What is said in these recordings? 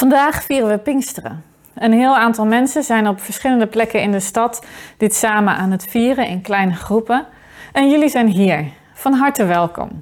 Vandaag vieren we Pinksteren. Een heel aantal mensen zijn op verschillende plekken in de stad dit samen aan het vieren in kleine groepen. En jullie zijn hier. Van harte welkom.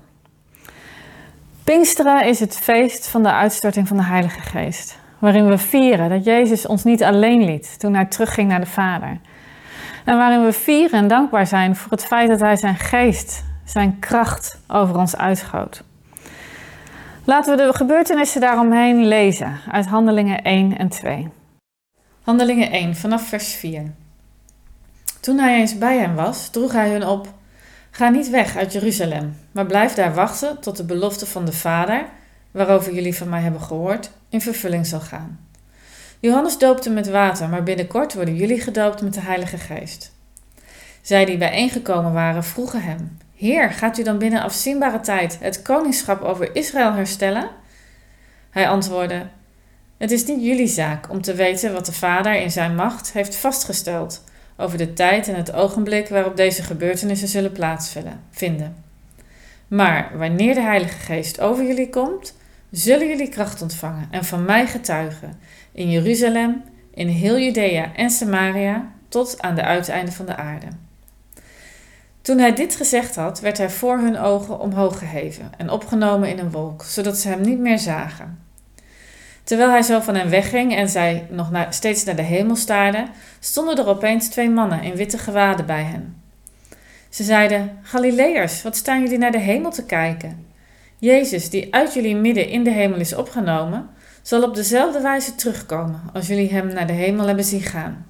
Pinksteren is het feest van de uitstorting van de Heilige Geest. Waarin we vieren dat Jezus ons niet alleen liet toen hij terugging naar de Vader. En waarin we vieren en dankbaar zijn voor het feit dat hij zijn geest, zijn kracht over ons uitgoot. Laten we de gebeurtenissen daaromheen lezen uit Handelingen 1 en 2. Handelingen 1 vanaf vers 4. Toen hij eens bij hen was, droeg hij hun op: ga niet weg uit Jeruzalem, maar blijf daar wachten tot de belofte van de Vader, waarover jullie van mij hebben gehoord, in vervulling zal gaan. Johannes doopte met water, maar binnenkort worden jullie gedoopt met de Heilige Geest. Zij die bijeengekomen waren, vroegen hem: Heer, gaat u dan binnen afzienbare tijd het koningschap over Israël herstellen? Hij antwoordde: het is niet jullie zaak om te weten wat de Vader in zijn macht heeft vastgesteld over de tijd en het ogenblik waarop deze gebeurtenissen zullen plaatsvinden. Maar wanneer de Heilige Geest over jullie komt, zullen jullie kracht ontvangen en van mij getuigen in Jeruzalem, in heel Judea en Samaria, tot aan de uiteinden van de aarde. Toen hij dit gezegd had, werd hij voor hun ogen omhoog geheven en opgenomen in een wolk, zodat ze hem niet meer zagen. Terwijl hij zo van hen wegging en zij nog steeds naar de hemel staarden, stonden er opeens 2 mannen in witte gewaden bij hen. Ze zeiden: Galileërs, wat staan jullie naar de hemel te kijken? Jezus, die uit jullie midden in de hemel is opgenomen, zal op dezelfde wijze terugkomen als jullie hem naar de hemel hebben zien gaan.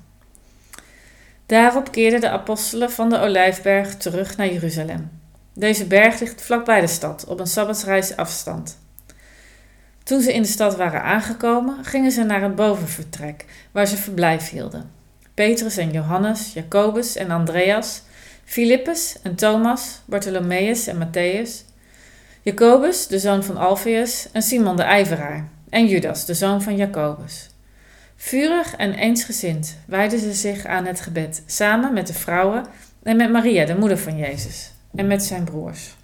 Daarop keerden de apostelen van de Olijfberg terug naar Jeruzalem. Deze berg ligt vlakbij de stad, op een sabbatsreis afstand. Toen ze in de stad waren aangekomen, gingen ze naar het bovenvertrek, waar ze verblijf hielden. Petrus en Johannes, Jacobus en Andreas, Filippus en Thomas, Bartholomeus en Matthäus, Jacobus, de zoon van Alfeus, en Simon de ijveraar, en Judas, de zoon van Jacobus. Vurig en eensgezind wijden ze zich aan het gebed, samen met de vrouwen en met Maria, de moeder van Jezus, en met zijn broers.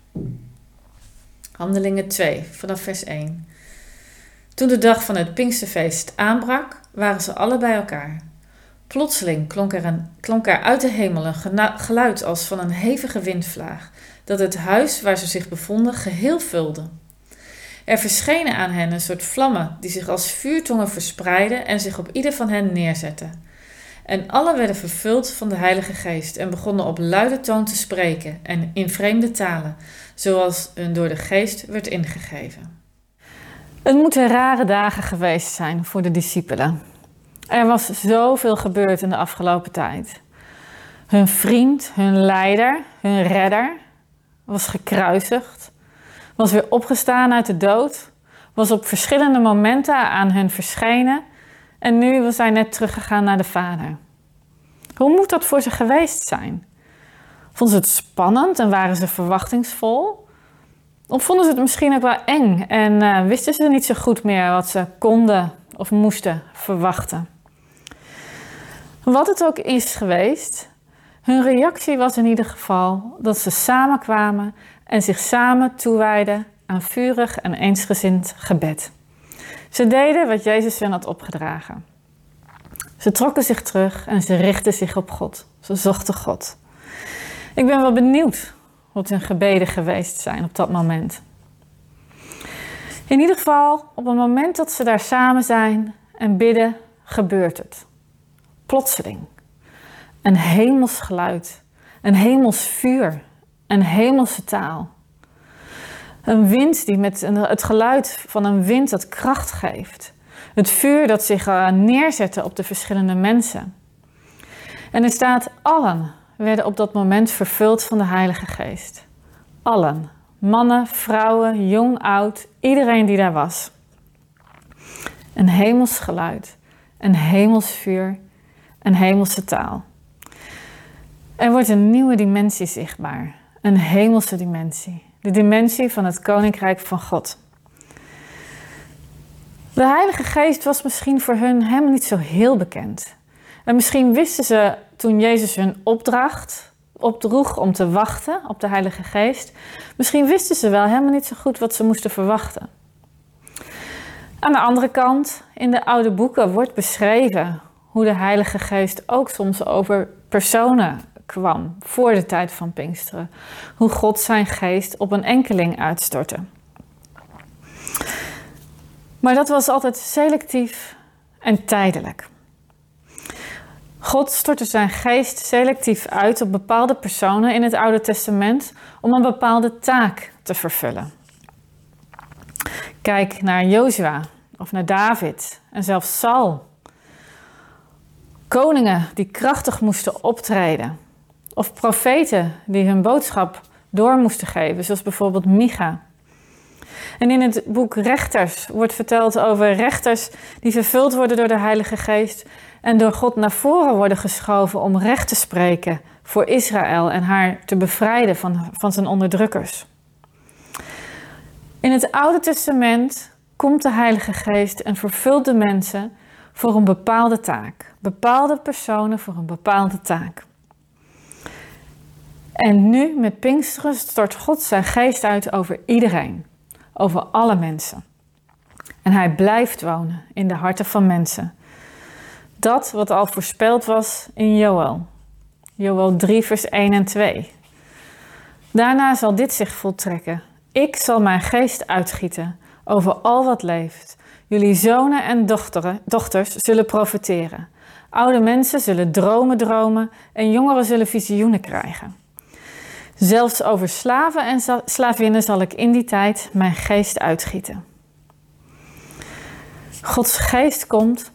Handelingen 2, vanaf vers 1. Toen de dag van het Pinksterfeest aanbrak, waren ze alle bij elkaar. Plotseling klonk er uit de hemel een geluid als van een hevige windvlaag, dat het huis waar ze zich bevonden geheel vulde. Er verschenen aan hen een soort vlammen die zich als vuurtongen verspreidden en zich op ieder van hen neerzetten. En allen werden vervuld van de Heilige Geest en begonnen op luide toon te spreken en in vreemde talen, zoals hun door de Geest werd ingegeven. Het moeten rare dagen geweest zijn voor de discipelen. Er was zoveel gebeurd in de afgelopen tijd. Hun vriend, hun leider, hun redder was gekruisigd, was weer opgestaan uit de dood, was op verschillende momenten aan hen verschenen en nu was hij net teruggegaan naar de Vader. Hoe moet dat voor ze geweest zijn? Vonden ze het spannend en waren ze verwachtingsvol? Of vonden ze het misschien ook wel eng en wisten ze niet zo goed meer wat ze konden of moesten verwachten? Wat het ook is geweest, hun reactie was in ieder geval dat ze samenkwamen en zich samen toewijden aan vurig en eensgezind gebed. Ze deden wat Jezus hen had opgedragen. Ze trokken zich terug en ze richtten zich op God. Ze zochten God. Ik ben wel benieuwd wat hun gebeden geweest zijn op dat moment. In ieder geval, op het moment dat ze daar samen zijn en bidden, gebeurt het. Plotseling. Een hemels geluid, een hemels vuur, een hemelse taal. Een wind die met het geluid van een wind dat kracht geeft. Het vuur dat zich neerzette op de verschillende mensen. En er staat: allen werden op dat moment vervuld van de Heilige Geest. Allen. Mannen, vrouwen, jong, oud, iedereen die daar was. Een hemels geluid, een hemels vuur, een hemelse taal. Er wordt een nieuwe dimensie zichtbaar. Een hemelse dimensie. De dimensie van het Koninkrijk van God. De Heilige Geest was misschien voor hun helemaal niet zo heel bekend. En misschien wisten ze toen Jezus hun opdroeg om te wachten op de Heilige Geest. Misschien wisten ze wel helemaal niet zo goed wat ze moesten verwachten. Aan de andere kant, in de oude boeken wordt beschreven hoe de Heilige Geest ook soms over personen kwam voor de tijd van Pinksteren. Hoe God zijn geest op een enkeling uitstortte. Maar dat was altijd selectief en tijdelijk. God stortte zijn geest selectief uit op bepaalde personen in het Oude Testament om een bepaalde taak te vervullen. Kijk naar Jozua of naar David en zelfs Saul. Koningen die krachtig moesten optreden. Of profeten die hun boodschap door moesten geven, zoals bijvoorbeeld Micha. En in het boek Rechters wordt verteld over rechters die vervuld worden door de Heilige Geest en door God naar voren worden geschoven om recht te spreken voor Israël en haar te bevrijden van zijn onderdrukkers. In het Oude Testament komt de Heilige Geest en vervult de mensen voor een bepaalde taak. Bepaalde personen voor een bepaalde taak. En nu met Pinksteren stort God zijn geest uit over iedereen. Over alle mensen. En hij blijft wonen in de harten van mensen. Dat wat al voorspeld was in Joël. Joël 3 vers 1 en 2. Daarna zal dit zich voltrekken. Ik zal mijn geest uitgieten over al wat leeft. Jullie zonen en dochters zullen profeteren. Oude mensen zullen dromen en jongeren zullen visioenen krijgen. Zelfs over slaven en slavinnen zal ik in die tijd mijn geest uitgieten. Gods geest komt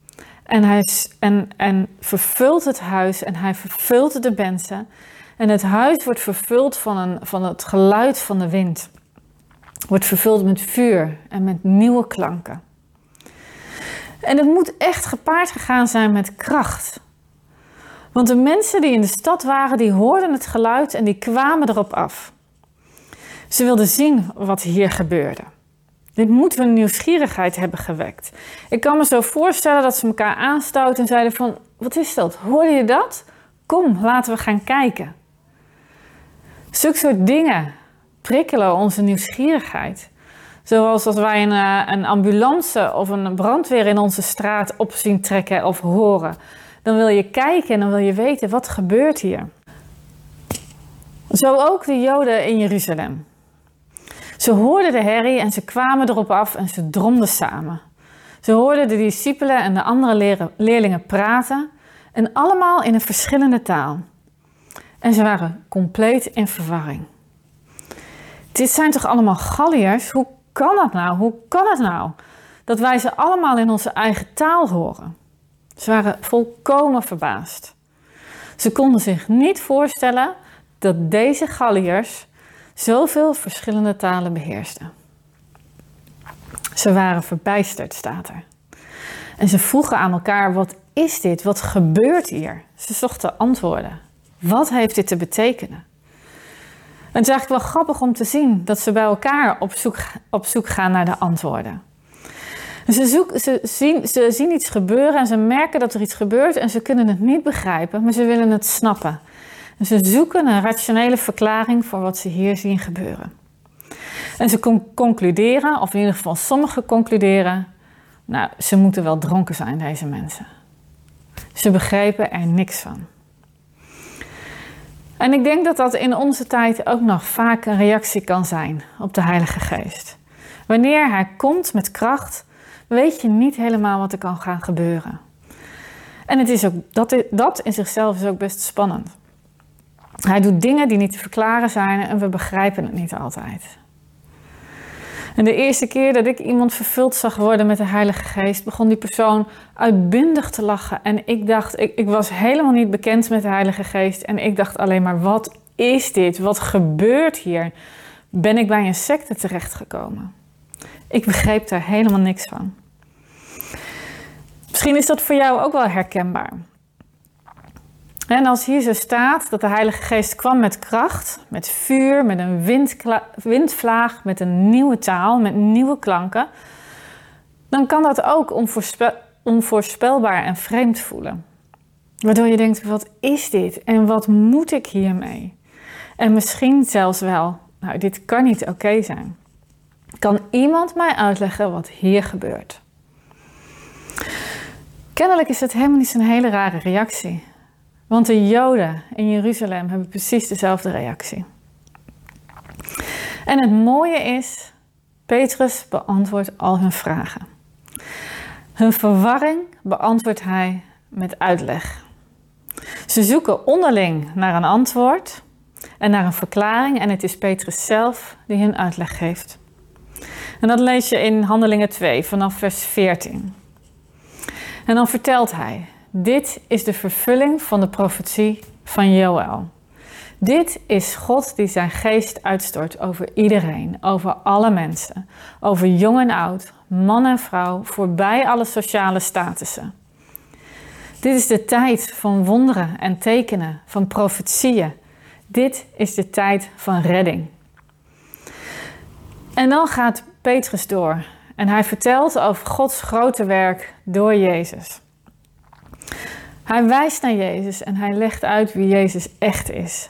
en vervult het huis en hij vervult de mensen. En het huis wordt vervuld van het geluid van de wind. Wordt vervuld met vuur en met nieuwe klanken. En het moet echt gepaard gegaan zijn met kracht. Want de mensen die in de stad waren, die hoorden het geluid en die kwamen erop af. Ze wilden zien wat hier gebeurde. Dit moet hun nieuwsgierigheid hebben gewekt. Ik kan me zo voorstellen dat ze elkaar aanstoten en zeiden van, wat is dat? Hoorde je dat? Kom, laten we gaan kijken. Zulke soort dingen prikkelen onze nieuwsgierigheid. Zoals als wij een ambulance of een brandweer in onze straat op zien trekken of horen. Dan wil je kijken en dan wil je weten, wat gebeurt hier? Zo ook de Joden in Jeruzalem. Ze hoorden de herrie en ze kwamen erop af en ze dromden samen. Ze hoorden de discipelen en de andere leerlingen praten en allemaal in een verschillende taal. En ze waren compleet in verwarring. Dit zijn toch allemaal Galliërs? Hoe kan dat nou? Hoe kan het nou dat wij ze allemaal in onze eigen taal horen? Ze waren volkomen verbaasd. Ze konden zich niet voorstellen dat deze Galliërs zoveel verschillende talen beheersten. Ze waren verbijsterd, staat er. En ze vroegen aan elkaar, wat is dit? Wat gebeurt hier? Ze zochten antwoorden. Wat heeft dit te betekenen? En het is eigenlijk wel grappig om te zien dat ze bij elkaar op zoek gaan naar de antwoorden. Ze zien iets gebeuren en ze merken dat er iets gebeurt en ze kunnen het niet begrijpen, maar ze willen het snappen. En ze zoeken een rationele verklaring voor wat ze hier zien gebeuren. En ze concluderen, of in ieder geval sommigen concluderen, nou, ze moeten wel dronken zijn, deze mensen. Ze begrijpen er niks van. En ik denk dat dat in onze tijd ook nog vaak een reactie kan zijn op de Heilige Geest. Wanneer hij komt met kracht, weet je niet helemaal wat er kan gaan gebeuren. En het is ook, dat in zichzelf is ook best spannend. Hij doet dingen die niet te verklaren zijn en we begrijpen het niet altijd. En de eerste keer dat ik iemand vervuld zag worden met de Heilige Geest, begon die persoon uitbundig te lachen. En ik dacht, ik was helemaal niet bekend met de Heilige Geest. En ik dacht alleen maar, wat is dit? Wat gebeurt hier? Ben ik bij een secte terechtgekomen? Ik begreep daar helemaal niks van. Misschien is dat voor jou ook wel herkenbaar. En als hier zo staat dat de Heilige Geest kwam met kracht, met vuur, met een windvlaag, met een nieuwe taal, met nieuwe klanken, dan kan dat ook onvoorspelbaar en vreemd voelen. Waardoor je denkt, wat is dit en wat moet ik hiermee? En misschien zelfs wel, nou, dit kan niet oké zijn. Kan iemand mij uitleggen wat hier gebeurt? Kennelijk is het helemaal niet zo'n hele rare reactie. Want de Joden in Jeruzalem hebben precies dezelfde reactie. En het mooie is, Petrus beantwoordt al hun vragen. Hun verwarring beantwoordt hij met uitleg. Ze zoeken onderling naar een antwoord en naar een verklaring en het is Petrus zelf die hun uitleg geeft. En dat lees je in Handelingen 2 vanaf vers 14. En dan vertelt hij, dit is de vervulling van de profetie van Joël. Dit is God die zijn geest uitstort over iedereen, over alle mensen, over jong en oud, man en vrouw, voorbij alle sociale statussen. Dit is de tijd van wonderen en tekenen, van profetieën. Dit is de tijd van redding. En dan gaat Petrus door en hij vertelt over Gods grote werk door Jezus. Hij wijst naar Jezus en hij legt uit wie Jezus echt is.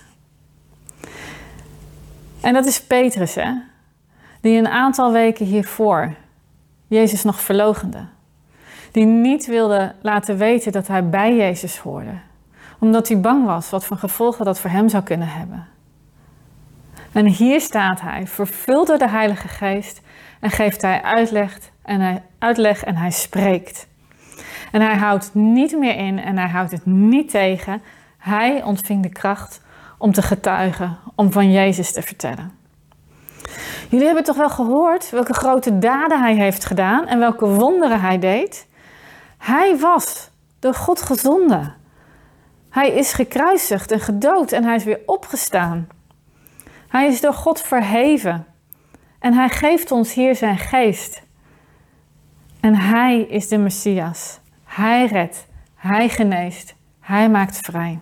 En dat is Petrus, hè? Die een aantal weken hiervoor Jezus nog verloochende. Die niet wilde laten weten dat hij bij Jezus hoorde. Omdat hij bang was wat voor gevolgen dat voor hem zou kunnen hebben. En hier staat hij, vervuld door de Heilige Geest, en geeft hij uitleg en hij spreekt. En hij houdt niet meer in en hij houdt het niet tegen. Hij ontving de kracht om te getuigen, om van Jezus te vertellen. Jullie hebben toch wel gehoord welke grote daden hij heeft gedaan en welke wonderen hij deed? Hij was door God gezonden. Hij is gekruisigd en gedood en hij is weer opgestaan. Hij is door God verheven en hij geeft ons hier zijn geest. En hij is de Messias. Hij redt, hij geneest, hij maakt vrij.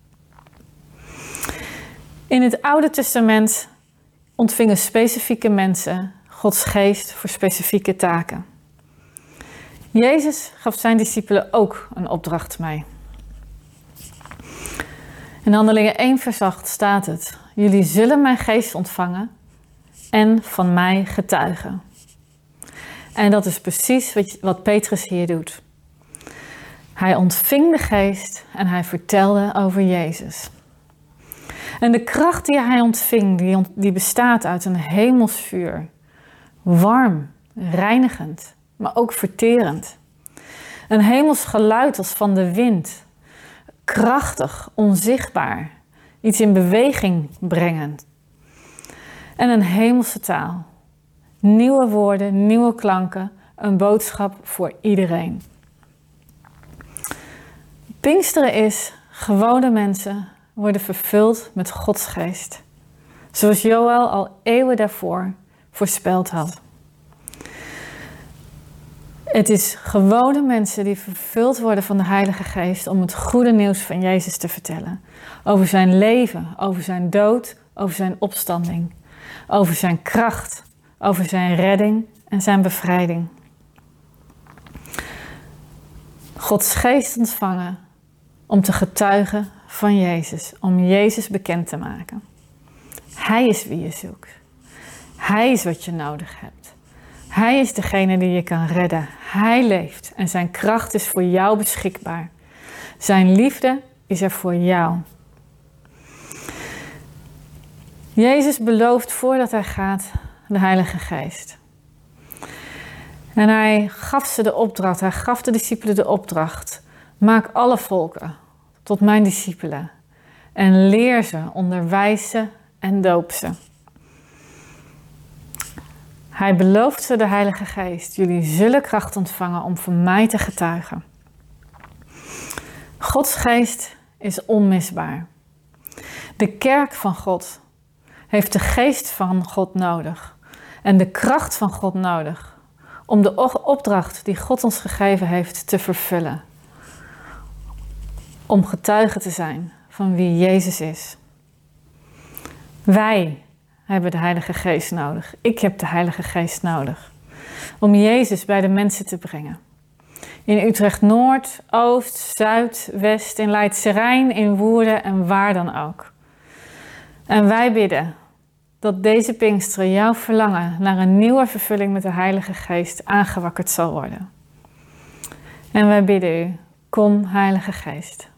In het Oude Testament ontvingen specifieke mensen Gods geest voor specifieke taken. Jezus gaf zijn discipelen ook een opdracht mee. In Handelingen 1 vers 8 staat het: jullie zullen mijn geest ontvangen en van mij getuigen. En dat is precies wat Petrus hier doet. Hij ontving de geest en hij vertelde over Jezus. En de kracht die hij ontving, die bestaat uit een hemels vuur. Warm, reinigend, maar ook verterend. Een hemels geluid als van de wind. Krachtig, onzichtbaar. Iets in beweging brengend. En een hemelse taal. Nieuwe woorden, nieuwe klanken. Een boodschap voor iedereen. Pinksteren is, gewone mensen worden vervuld met Gods geest. Zoals Joël al eeuwen daarvoor voorspeld had. Het is gewone mensen die vervuld worden van de Heilige Geest om het goede nieuws van Jezus te vertellen. Over zijn leven, over zijn dood, over zijn opstanding. Over zijn kracht, over zijn redding en zijn bevrijding. Gods geest ontvangen om te getuigen van Jezus, om Jezus bekend te maken. Hij is wie je zoekt. Hij is wat je nodig hebt. Hij is degene die je kan redden. Hij leeft en zijn kracht is voor jou beschikbaar. Zijn liefde is er voor jou. Jezus belooft voordat hij gaat de Heilige Geest. En hij gaf ze de opdracht, hij gaf de discipelen de opdracht. Maak alle volken tot mijn discipelen en leer ze, onderwijs ze en doop ze. Hij belooft ze de Heilige Geest. Jullie zullen kracht ontvangen om voor mij te getuigen. Gods geest is onmisbaar. De kerk van God heeft de geest van God nodig en de kracht van God nodig om de opdracht die God ons gegeven heeft te vervullen. Om getuige te zijn van wie Jezus is. Wij hebben de Heilige Geest nodig. Ik heb de Heilige Geest nodig. Om Jezus bij de mensen te brengen. In Utrecht Noord, Oost, Zuid, West, in Leidse Rijn, in Woerden en waar dan ook. En wij bidden dat deze Pinksteren jouw verlangen naar een nieuwe vervulling met de Heilige Geest aangewakkerd zal worden. En wij bidden u, kom Heilige Geest.